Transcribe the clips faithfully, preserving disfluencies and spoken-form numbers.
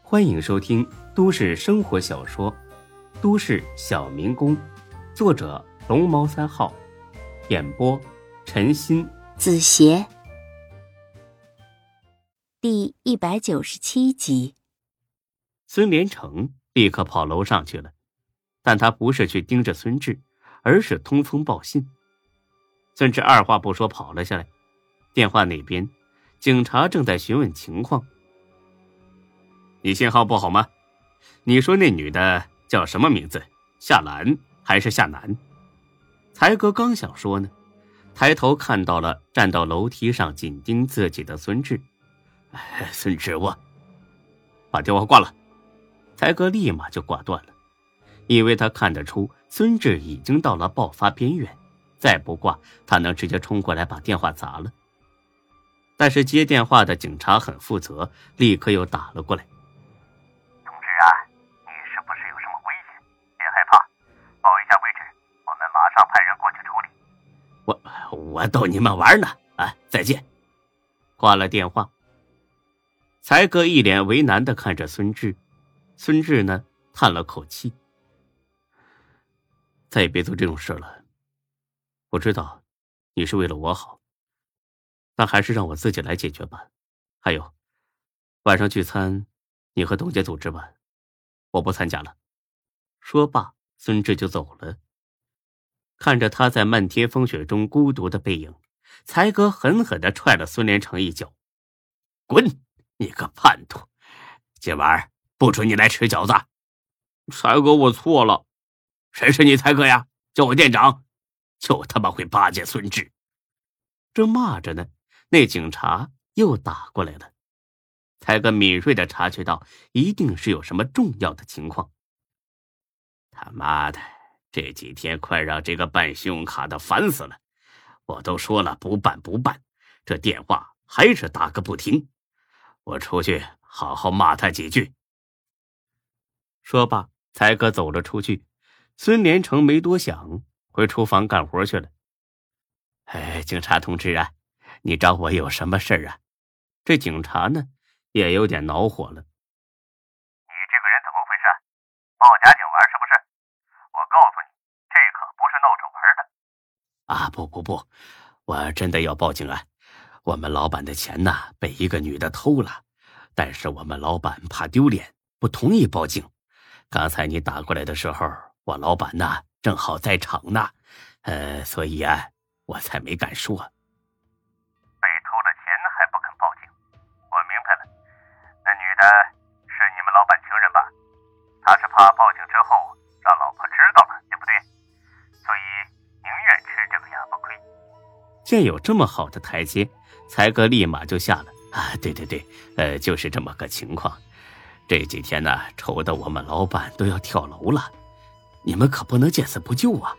欢迎收听都市生活小说《都市小民工》，作者龙猫三号，演播陈鑫、 子邪，第一百九十七集。 孙连成立刻跑楼上去了，但他不是去盯着孙志，而是通风报信。孙志二话不说跑了下来，电话那边警察正在询问情况。你信号不好吗？你说那女的叫什么名字？夏兰还是夏楠？才哥刚想说呢，抬头看到了站到楼梯上紧盯自己的孙志。哎，孙志，我把电话挂了。才哥立马就挂断了，因为他看得出孙志已经到了爆发边缘，再不挂他能直接冲过来把电话砸了。但是接电话的警察很负责，立刻又打了过来。 同志啊，你是不是有什么危险？别害怕，报一下位置，我们马上派人过去处理。 我我逗你们玩呢，啊，再见。挂了电话，才哥一脸为难地看着孙志，孙志呢叹了口气，再也别做这种事了。我知道你是为了我好，但还是让我自己来解决吧。还有，晚上聚餐你和董姐组织吧，我不参加了。说罢，孙志就走了。看着他在漫天风雪中孤独的背影，才哥狠狠地踹了孙连成一脚。滚，你个叛徒，今晚不准你来吃饺子。才哥，我错了。谁是你才哥呀？叫我店长。就他妈会巴结孙志。正骂着呢，那警察又打过来了。才哥敏锐地察觉到一定是有什么重要的情况。他妈的，这几天快让这个办信用卡的烦死了，我都说了不办不办，这电话还是打个不停。我出去好好骂他几句。说罢，才哥走了出去。孙连成没多想，回厨房干活去了。哎，警察同志啊，你找我有什么事啊？这警察呢也有点恼火了。 你这个人怎么回事？报假警玩是不是？我告诉你，这可不是闹着玩的。 啊，不不不，我真的要报警啊！我们老板的钱呢被一个女的偷了，但是我们老板怕丢脸，不同意报警。刚才你打过来的时候，我老板呢正好在场呢，呃，所以啊，我才没敢说。 被偷了钱还不肯报警，我明白了，那女的是你们老板情人吧？她是怕报警之后让老婆知道了，对不对？所以宁愿吃这个哑巴亏。 见有这么好的台阶，才哥立马就下了。啊，对对对，呃，就是这么个情况。这几天呢，愁得我们老板都要跳楼了，你们可不能见死不救啊！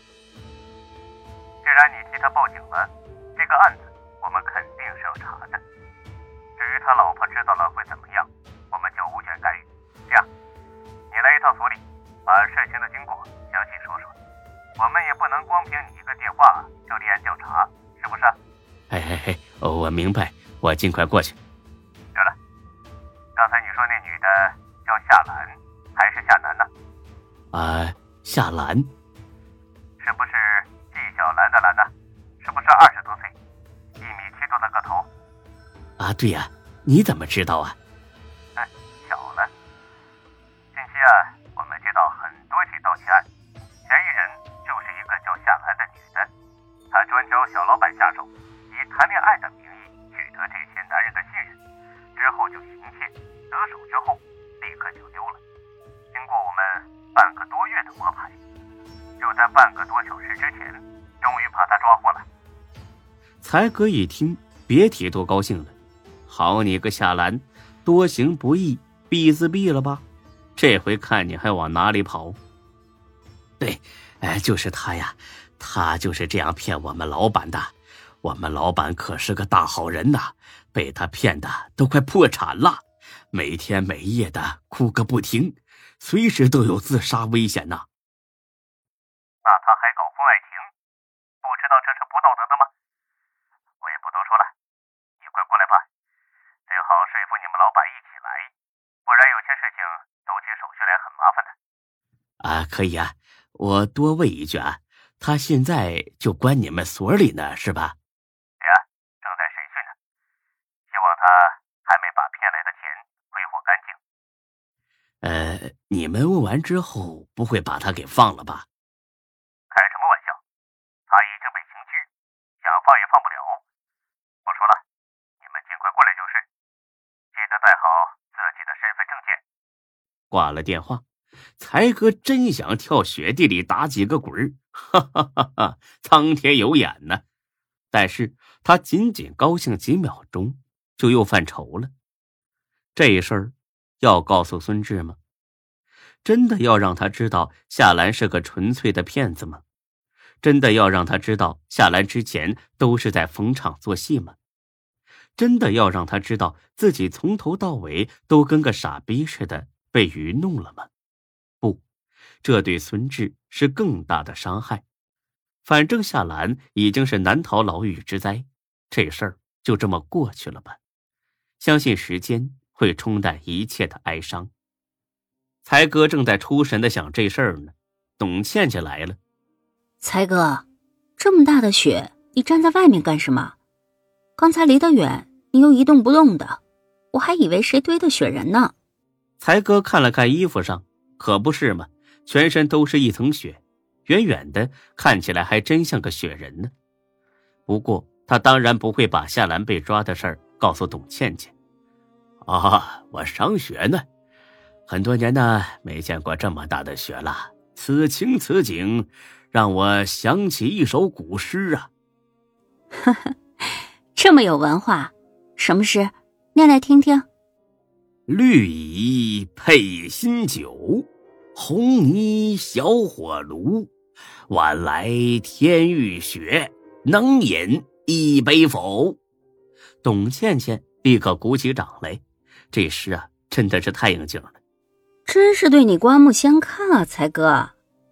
既然你替他报警了，这个案子我们肯定是要查的。至于他老婆知道了会怎么样，我们就无权干预。这样，你来一趟所里，把事情的经过详细说说。我们也不能光凭你一个电话就立案调查，是不是？ 哎哎哎，我明白，我尽快过去。 对了，刚才你说那女的叫夏兰还是夏楠呢？ 啊，夏兰。 是不是纪晓岚的兰呢？是不是二十多岁，一米七多的个头？ 啊，对呀，你怎么知道啊？ 哎，巧了。近期啊，我们接到很多起盗窃案，嫌疑人就是一个叫夏兰的女的，她专招小老板下手，以谈恋爱的名义取得这些男人的信任，之后就行窃，得手之后立刻就丢了。经过我们半个多月的摸排，就在半个多小时之前，终于把他抓获了。 才哥一听，别提多高兴了。好你个夏兰，多行不义必自毙了吧？这回看你还往哪里跑？对，哎，就是他呀，他就是这样骗我们老板的。我们老板可是个大好人呐，被他骗的都快破产了，每天每夜的哭个不停，随时都有自杀危险呐。 那他还搞婚外情，不知道这是不道德的吗？我也不多说了，你快过来吧，最好说服你们老板一起来，不然有些事情走起手续来很麻烦的。 啊，可以啊，我多问一句啊，他现在就关你们所里呢，是吧？ 对啊，正在审讯呢，希望他还没把骗来的钱挥霍干净。 呃，你们问完之后不会把他给放了吧？ 开什么玩笑，他已经被刑拘，想放也放不了。不说了，你们尽快过来就是，记得带好自己的身份证件。 挂了电话，才哥真想跳雪地里打几个滚儿，哈哈哈哈！苍天有眼呢。但是他仅仅高兴几秒钟，就又犯愁了。这事儿要告诉孙志吗？真的要让他知道夏兰是个纯粹的骗子吗？真的要让他知道夏兰之前都是在逢场作戏吗？真的要让他知道自己从头到尾都跟个傻逼似的被愚弄了吗？不，这对孙志是更大的伤害。反正夏兰已经是难逃牢狱之灾，这事儿就这么过去了吧。相信时间会冲淡一切的哀伤。才哥正在出神的想这事儿呢，董倩倩来了。 才哥，这么大的雪，你站在外面干什么？刚才离得远，你又一动不动的，我还以为谁堆的雪人呢。 才哥看了看衣服上，可不是嘛，全身都是一层雪，远远的看起来还真像个雪人呢。不过他当然不会把夏兰被抓的事儿告诉董倩倩。啊，我赏雪呢，很多年呢没见过这么大的雪了，此情此景，让我想起一首古诗啊。 呵呵，这么有文化，什么诗？念来听听。 绿蚁配新酒，红泥小火炉，晚来天欲雪，能饮一杯否？董倩倩立刻鼓起掌来，这诗啊真的是太应景了。 真是对你刮目相看啊，才哥。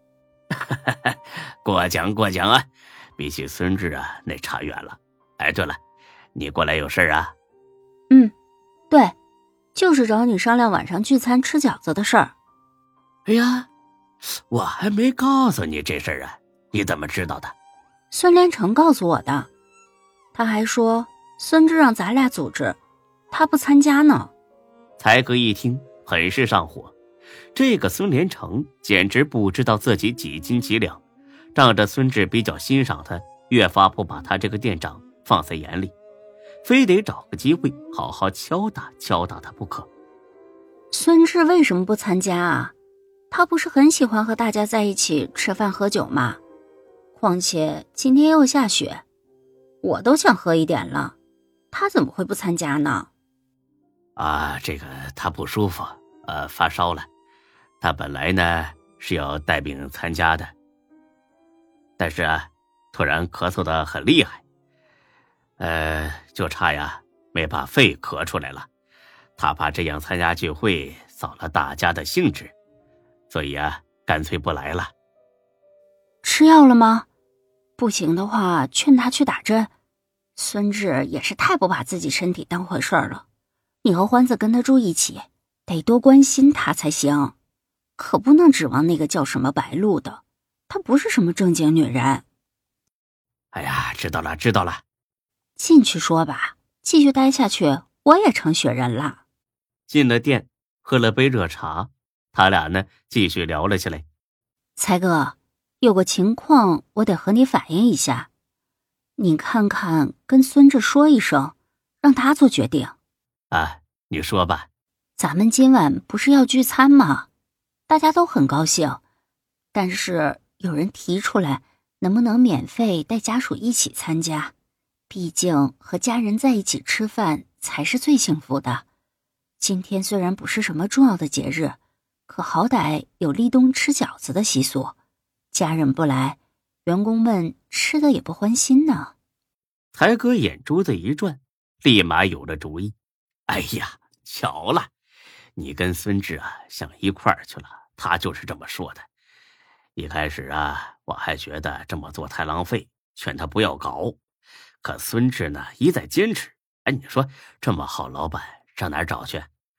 过奖过奖啊，比起孙志啊那差远了。哎，对了，你过来有事啊？ 嗯，对，就是找你商量晚上聚餐吃饺子的事儿。 哎呀，我还没告诉你这事儿啊，你怎么知道的？ 孙连成告诉我的，他还说孙志让咱俩组织，他不参加呢。 才哥一听很是上火，这个孙连成简直不知道自己几斤几两，仗着孙志比较欣赏他，越发不把他这个店长放在眼里，非得找个机会好好敲打敲打他不可。 孙志为什么不参加啊？他不是很喜欢和大家在一起吃饭喝酒吗？况且今天又下雪，我都想喝一点了，他怎么会不参加呢？ 啊，这个他不舒服，呃，发烧了。他本来呢是要带病参加的，但是啊，突然咳嗽的很厉害，呃，就差呀没把肺咳出来了。他怕这样参加聚会扫了大家的兴致，所以啊，干脆不来了。 吃药了吗？不行的话，劝他去打针。孙志也是太不把自己身体当回事儿了。你和欢子跟他住一起，得多关心他才行，可不能指望那个叫什么白露的，她不是什么正经女人。 哎呀，知道了知道了。 进去说吧，继续待下去，我也成雪人了。 进了店，喝了杯热茶，他俩呢继续聊了起来。 才哥，有个情况我得和你反映一下，你看看跟孙志说一声，让他做决定。 啊，你说吧。 咱们今晚不是要聚餐吗？大家都很高兴，但是有人提出来能不能免费带家属一起参加，毕竟和家人在一起吃饭才是最幸福的。今天虽然不是什么重要的节日，可好歹有立冬吃饺子的习俗，家人不来，员工们吃的也不欢心呢。 才哥眼珠子一转，立马有了主意。哎呀，巧了，你跟孙志啊想一块儿去了，他就是这么说的。一开始啊，我还觉得这么做太浪费，劝他不要搞。可孙志呢一再坚持，哎，你说这么好老板上哪儿找去？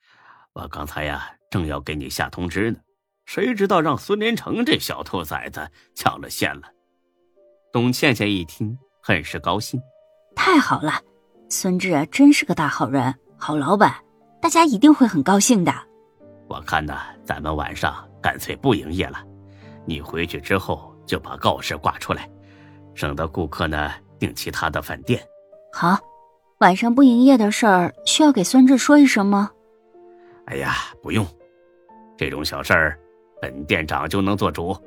我刚才呀，正要给你下通知呢，谁知道让孙连成这小兔崽子抢了先了。董倩倩一听，很是高兴。 太好了，孙志真是个大好人，好老板，大家一定会很高兴的。 我看呢，咱们晚上干脆不营业了，你回去之后就把告示挂出来，省得顾客呢订其他的饭店。 好，晚上不营业的事儿需要给孙志说一声吗？ 哎呀，不用，这种小事儿本店长就能做主。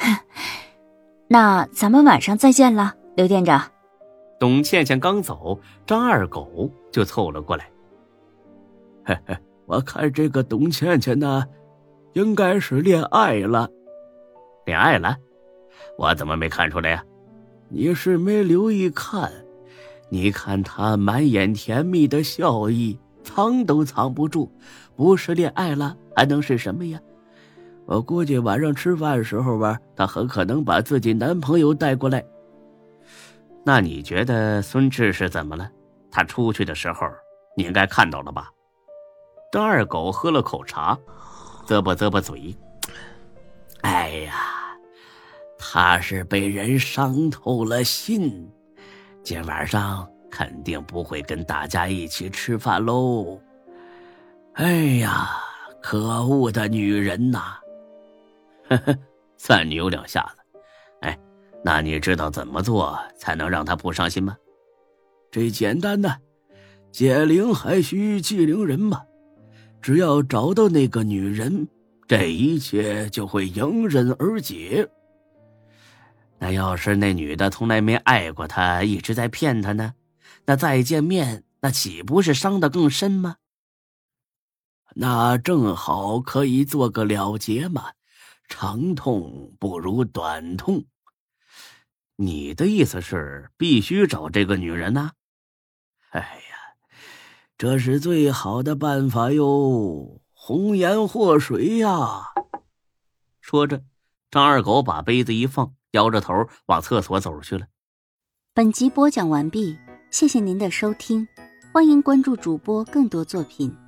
那咱们晚上再见了，刘店长。 董倩倩刚走，张二狗就凑了过来。 嘿嘿，我看这个董倩倩呢，应该是恋爱了。 恋爱了？我怎么没看出来呀？ 你是没留意看，你看她满眼甜蜜的笑意，藏都藏不住，不是恋爱了，还能是什么呀？我估计晚上吃饭的时候吧，她很可能把自己男朋友带过来。 那你觉得孙志是怎么了？他出去的时候，你应该看到了吧？张二狗喝了口茶，啧吧啧吧嘴。 哎呀，他是被人伤透了心，今晚上肯定不会跟大家一起吃饭喽。哎呀，可恶的女人呐！ 呵呵，算你有两下子。哎，那你知道怎么做才能让他不伤心吗？ 这简单的，解铃还须系铃人嘛。只要找到那个女人，这一切就会迎刃而解。 那要是那女的从来没爱过他，一直在骗他呢？那再见面，那岂不是伤得更深吗？ 那正好可以做个了结嘛，长痛不如短痛。 你的意思是必须找这个女人呢？ 哎呀，这是最好的办法哟，红颜祸水呀！ 说着，张二狗把杯子一放，摇着头往厕所走去了。 本集播讲完毕，谢谢您的收听，欢迎关注主播更多作品。